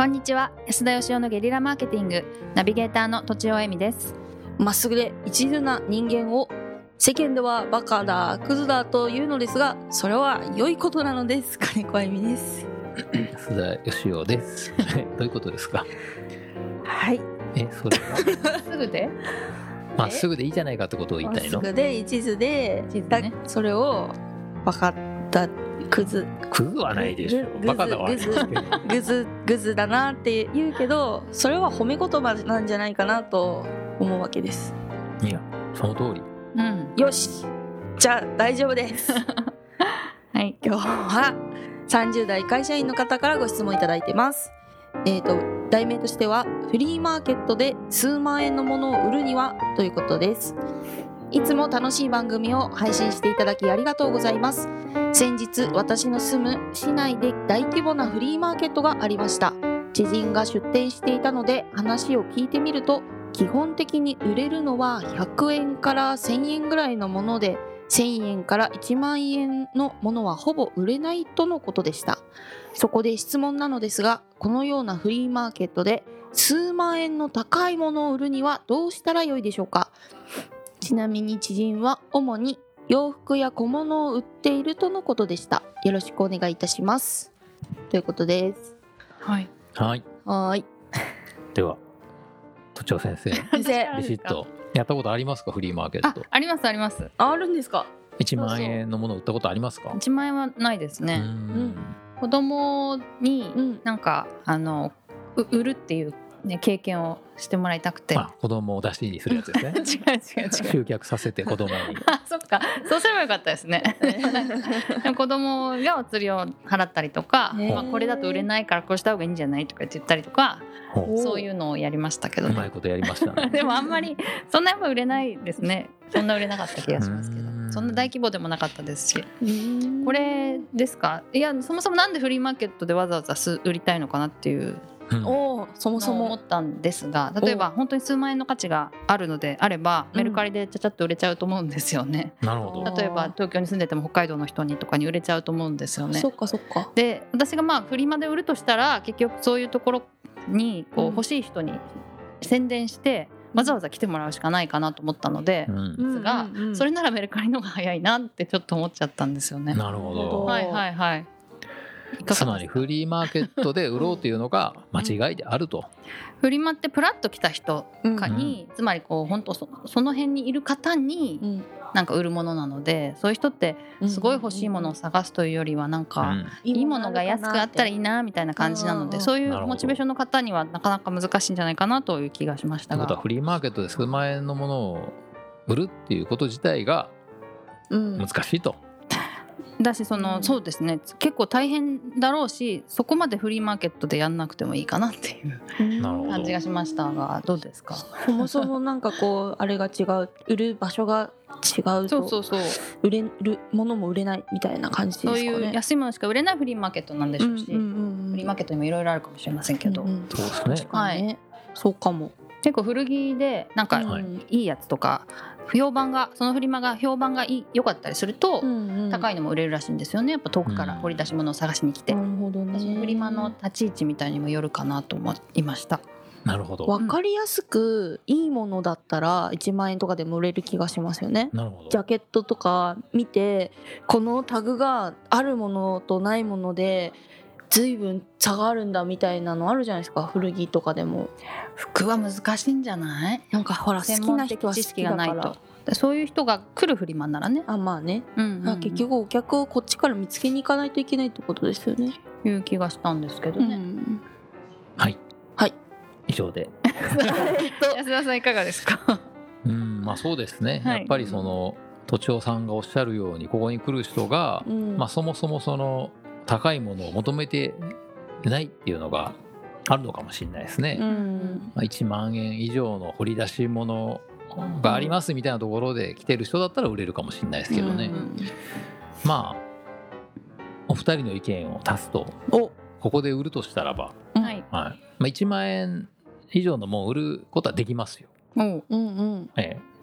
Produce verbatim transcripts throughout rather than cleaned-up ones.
こんにちは。安田義雄のゲリラマーケティングナビゲーターの土地尾恵美です。 まっすぐで一途な人間を世間ではバカだクズだというのですが、それは良いことなのです。金子恵美です。 安田義雄です。どういうことですか？ はい。 え、それはすぐでまっすぐでいいじゃないかってことを言いたいの？ まっすぐで一途で、 一途ね、 それをバカだクズクズはないでしょ。 グバカだはありますけどグズグズだなって言うけど、それは褒め言葉なんじゃないかなと思うわけです。 いや、その通り。 うん、 よし、じゃあ大丈夫ですはい、 今日はさんじゅう代会社員の方からご質問いただいてます。えーと題名としてはフリーマーケットで数万円のものを売るにはということです。いつも楽しい番組を配信していただきありがとうございます。先日私の住む市内で大規模なフリーマーケットがありました。知人が出店していたので話を聞いてみると、基本的に売れるのはひゃくえんからせんえんぐらいのもので、せんえんからいちまんえんのものはほぼ売れないとのことでした。そこで質問なのですが、このようなフリーマーケットで数万円の高いものを売るにはどうしたらよいでしょうか？ちなみに知人は主に洋服や小物を売っているとのことでした。よろしくお願いいたします、ということです。 はいはい。 はい。 では都庁先生、 先生、 ビシッとやったことありますか？フリーマーケッあ、 ト。 ありますあります。 あるんですか？ いちまんえんのものを売ったことありますか？ いちまん円はないですね。 うーん子供にうんなんかあのう売るっていう、ね、経験をしてもらいたくて。 あ、子供を出しにするやつですね。 違う違う違う集客させて子供にあ、そっか、そうすればよかったですね子供がお釣りを払ったりとか、まあ、これだと売れないからこうした方がいいんじゃないとか言ったりとか、 ほうそういうのをやりましたけど、ね、 うまいことやりましたね。 でもあんまりそんなやっぱ売れないですね。そんな売れなかった気がしますけど、そんな大規模でもなかったですし。これですか？いや、そもそもなんでフリーマーケットでわざわざ売りたいのかなっていううん、 おそもそ思もったんですが、例えば本当に数万円の価値があるのであれば、メルカリでちゃちゃっと売れちゃうと思うんですよね。 なるほど。 例えば東京に住んでても北海道の人にとかに売れちゃうと思うんですよね。 そっかそっか。 で、私がまあフリマで売るとしたら、結局そういうところにこう欲しい人に宣伝してわざわざ来てもらうしかないかなと思ったので、 うんですが、 うんうんうん、 それならメルカリの方が早いなってちょっと思っちゃったんですよね。 なるほど。 はいはいはい。 つまりフリーマーケットで売ろうというのが間違いであると。 フリマってプラッと来た人かに、 うん、 つまりこう本当 そ, その辺にいる方になんか売るものなので、そういう人ってすごい欲しいものを探すというよりは、なんかいいものが安くあったらいいなみたいな感じなので、そういうモチベーションの方にはなかなか難しいんじゃないかなという気がしましたが。 ということはフリーマーケットで数万円のものを売るっていうこと自体が難しいと。 だし、そのそうですね、結構大変だろうし、そこまでフリーマーケットでやんなくてもいいかなっていう感じがしましたが、どうですか？ そもそもなんかこうあれが違う、売る場所が違うと、 そうそうそう、 売れるものも売れないみたいな感じですかね。 そういう安いものしか売れないフリーマーケットなんでしょうし、 うんうんうんうん、 フリーマーケットにもいろいろあるかもしれませんけど、 うんうん、 そうですね。 確かにね、はい、そうかも。 結構古着でなんかいいやつとか、評判がそのフリマが評判がいい良かったりすると、うんうん、高いのも売れるらしいんですよね。やっぱ遠くから掘り出し物を探しに来て、 うん、なるほどね。 私フリマの立ち位置みたいにもよるかなと思いました。 なるほど。 分かりやすくいいものだったらいちまんえんとかでも売れる気がしますよね。 なるほど。 ジャケットとか見て、このタグがあるものとないもので随分差があるんだみたいなのあるじゃないですか。古着とかでも。 服は難しいんじゃない？ なんかほら、好きな人は好きだから、専門的知識がないと。そういう人が来るフリマならね。 あ、まあね、 うんうんうん、 結局お客をこっちから見つけに行かないといけないってことですよね。 いう気がしたんですけどね、うん、 はいはい、 以上で安田さんいかがですか？ うん、まあそうですね、はい、やっぱりその都庁さんがおっしゃるように、ここに来る人が、うん、まあ、そもそもその高いものを求めてないっていうのがあるのかもしれないですね、うんまあ、いちまんえん以上の掘り出し物がありますみたいなところで来てる人だったら売れるかもしれないですけどね、うん、まあお二人の意見を足すと、ここで売るとしたらば、はいはい、まあ、いちまんえん以上のものを売ることはできますよ、 うんうん、 ええ、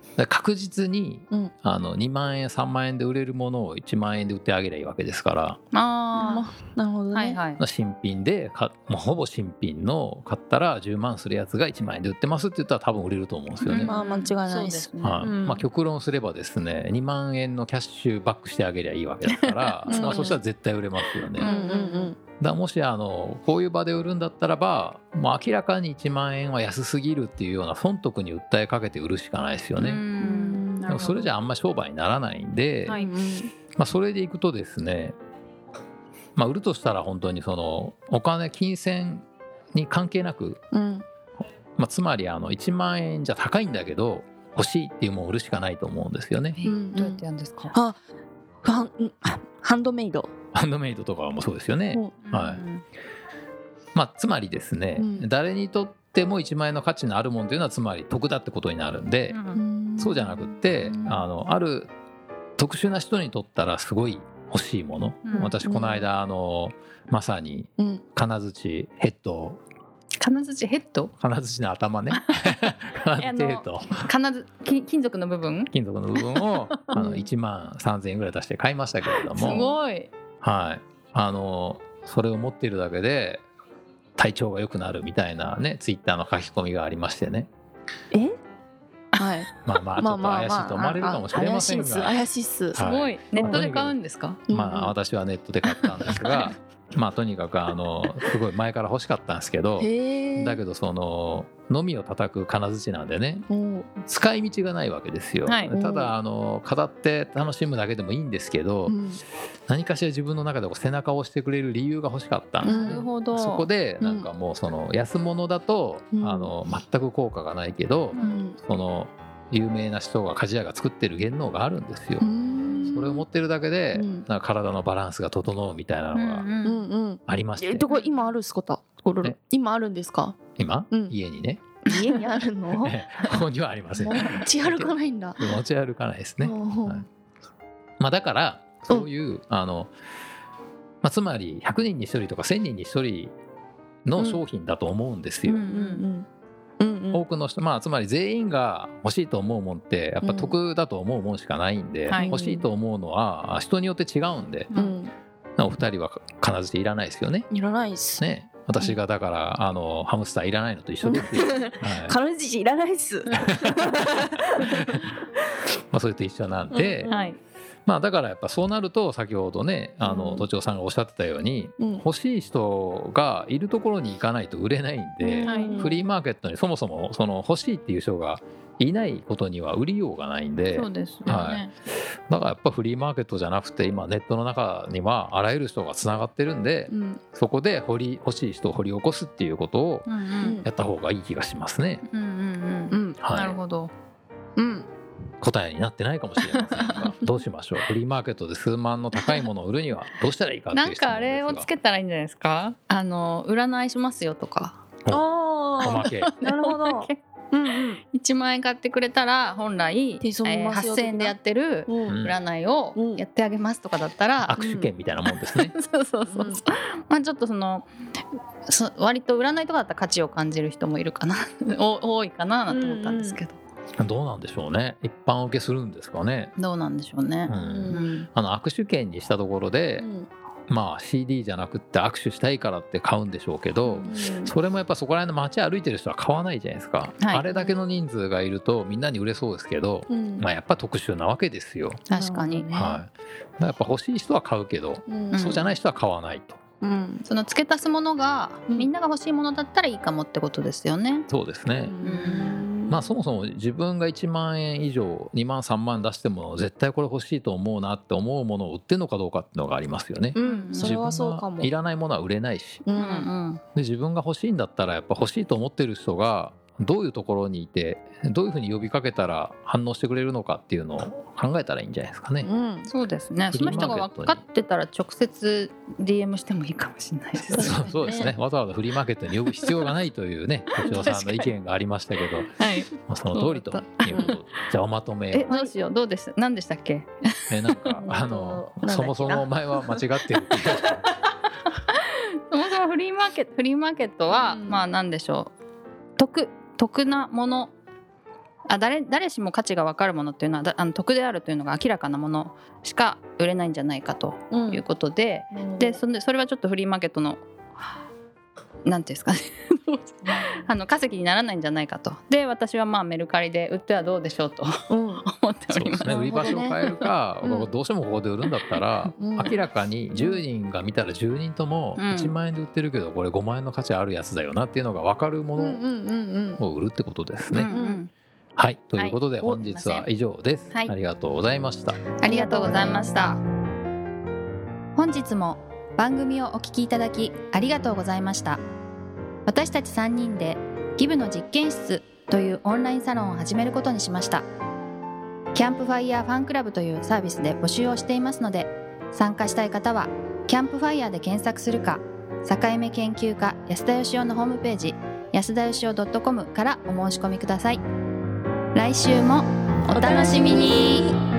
確実に、うん、あのにまんえんさんまんえんで売れるものをいちまんえんで売ってあげればいいわけですから。 あー、なるほどね、はいはい、 新品でかもうほぼ新品の買ったらじゅうまんするやつがいちまんえんで売ってますって言ったら多分売れると思うんですよね、うん、 まあ間違いないです、 はい、うん、まあ、極論すればですねにまんえんのキャッシュバックしてあげりゃいいわけだから、うん、まあ、そしたら絶対売れますよね、うんうんうん、だもしあのこういう場で売るんだったらばもう明らかにいちまんえんは安すぎるっていうような損得に訴えかけて売るしかないですよね。うん、でもそれじゃあんま商売にならないんで、はい、まあ、それでいくとですね、まあ、売るとしたら本当にそのお金金銭に関係なく、うん、まあ、つまりあのいちまんえんじゃ高いんだけど欲しいっていうものを売るしかないと思うんですよね。 うん、どうやってやるんですか？ あ、ハン、ハンドメイドハンドメイドとかもそうですよね、うん、はい、まあ、つまりですね、うん、誰にとってもいちまんえんの価値のあるものというのはつまり得だってことになるんで、うん、そうじゃなくって、うん、あのある特殊な人にとったらすごい欲しいもの、うん、私この間あのまさに金槌ヘッド、 金槌ヘッド金槌の頭ね金槌ヘッド金づ金属の部分金属の部分をあのいちまんさんぜんえんぐらい出して買いましたけれども、すごい、 はい、あのそれを持っているだけで体調が良くなるみたいなねツイッターの書き込みがありましてね。 え、はい、 まあまあちょっと怪しいと思われるかもしれませんが、 怪しいっす、 はい、すごい。ネットで買うんですか？ まあ私はネットで買ったんですがまあとにかくあのすごい前から欲しかったんですけど、だけどそののみを叩く金槌なんでね、使い道がないわけですよ、はい、ただあの飾って楽しむだけでもいいんですけど、うん、何かしら自分の中でこう背中を押してくれる理由が欲しかったんですね。なるほど。そこでなんかもうその安物だと、うん、あの全く効果がないけど、うん、その有名な人が鍛冶屋が作ってる原能があるんですよ。それを持ってるだけで、うん、なんか体のバランスが整うみたいなのがありまして、うんうん、 えっとこれ今あるんですか？今あるんんですか？ 今、うん、家にね、 家にあるのここにはありません。 持ち歩かないんだ。 持ち歩かないですね、はい、まあ、だからそういう、うん、あの、まあ、つまりひゃくにんにひとりとかせんにんにひとりの商品だと思うんですよ、うんうんうんうんうん、多くの人、まあ、つまり全員が欲しいと思うもんってやっぱ得だと思うもんしかないんで、うん、欲しいと思うのは人によって違うんで、うん、お二人は必ずいらないですよね。 いらないですね。私がだからあのハムスターいらないのと一緒ですよ、はい、 金槌いらないっすまあそれと一緒なんで、うんはい、まあ、だからやっぱそうなると先ほどねあの都庁さんがおっしゃってたように、うん、欲しい人がいるところに行かないと売れないんで、うん、フリーマーケットにそもそもその欲しいっていう人がいないことには売りようがないんで、 そうですよね、はい、 だからやっぱフリーマーケットじゃなくて今ネットの中にはあらゆる人がつながってるんで、うん、そこで掘り欲しい人を掘り起こすっていうことをやった方がいい気がしますね。うんうんうん、はい、 なるほど、 うん、 答えになってないかもしれませんがどうしましょう。フリーマーケットで数万の高いものを売るにはどうしたらいいかっていう質問ですが、 なんかあれをつけたらいいんじゃないですか？あの占いしますよとか。 あおまけなるほどうんうん、 いちまんえん買ってくれたら本来、えー、はっせんえんでやってる占いをやってあげますとかだったら、 うん、握手券みたいなもんですねそうそうそう、うん、まあちょっとその割と占いとかだったら価値を感じる人もいるかな多いかなと思ったんですけど、 うんうん、どうなんでしょうね。一般受けするんですかね。 どうなんでしょうね、うんうん、 あの握手券にしたところで、うん、まあ シーディー じゃなくって握手したいからって買うんでしょうけど、うん、それもやっぱそこら辺の街歩いてる人は買わないじゃないですか、はい、あれだけの人数がいるとみんなに売れそうですけど、うん、まあ、やっぱ特殊なわけですよ。 確かに、 はい、やっぱ欲しい人は買うけど、うん、そうじゃない人は買わないと、 うん、その付け足すものがみんなが欲しいものだったらいいかもってことですよね。 そうですね、うん、まあ、そもそも自分がいちまんえん以上にまんさんまん出しても絶対これ欲しいと思うなって思うものを売ってるのかどうかっていうのがありますよね、 うん、それはそうかも。 自分がいらないものは売れないし、 うんうん、 で自分が欲しいんだったらやっぱ欲しいと思ってる人がどういうところにいてどういうふうに呼びかけたら反応してくれるのかっていうのを考えたらいいんじゃないですかね、 うん、そうですね。その人が分かってたら直接 ディーエム してもいいかもしれないですね。 そう、そうですね。わざわざフリーマーケットに呼ぶ必要がないというね都庁さんの意見がありましたけど、はい、まあ、その通りということ。じゃあおまとめ。 え、どうしよう。どうです。何でしたっけ？ え、なんかあのそもそもお前は間違ってるっていうそもそもフリーマーケットフリーマーケットは、うん、まあ何でしょう、得得なもの、 あ 誰, 誰しも価値が分かるものっていうのはあの得であるというのが明らかなものしか売れないんじゃないかということで、うん、で そ, でそれはちょっとフリーマーケットのなんていうんですかねあの稼ぎにならないんじゃないかと。で私はまあメルカリで売ってはどうでしょうと、うん、思っております。そうですね、 売り場所を変えるか、うん、どうしてもここで売るんだったら、うん、明らかにじゅうにんが見たらじゅうにんともいちまん円で売ってるけどこれごまん円の価値あるやつだよなっていうのが分かるものを売るってことですね、うんうんうん、はいということで本日は以上です、はい、ありがとうございました。 ありがとうございました。本日も番組をお聞きいただきありがとうございました。私たちさんにんでギブの実験室というオンラインサロンを始めることにしました。キャンプファイヤーファンクラブというサービスで募集をしていますので、参加したい方はキャンプファイヤーで検索するか、境目研究家安田義雄のホームページ安田義雄 .com からお申し込みください。来週もお楽しみに。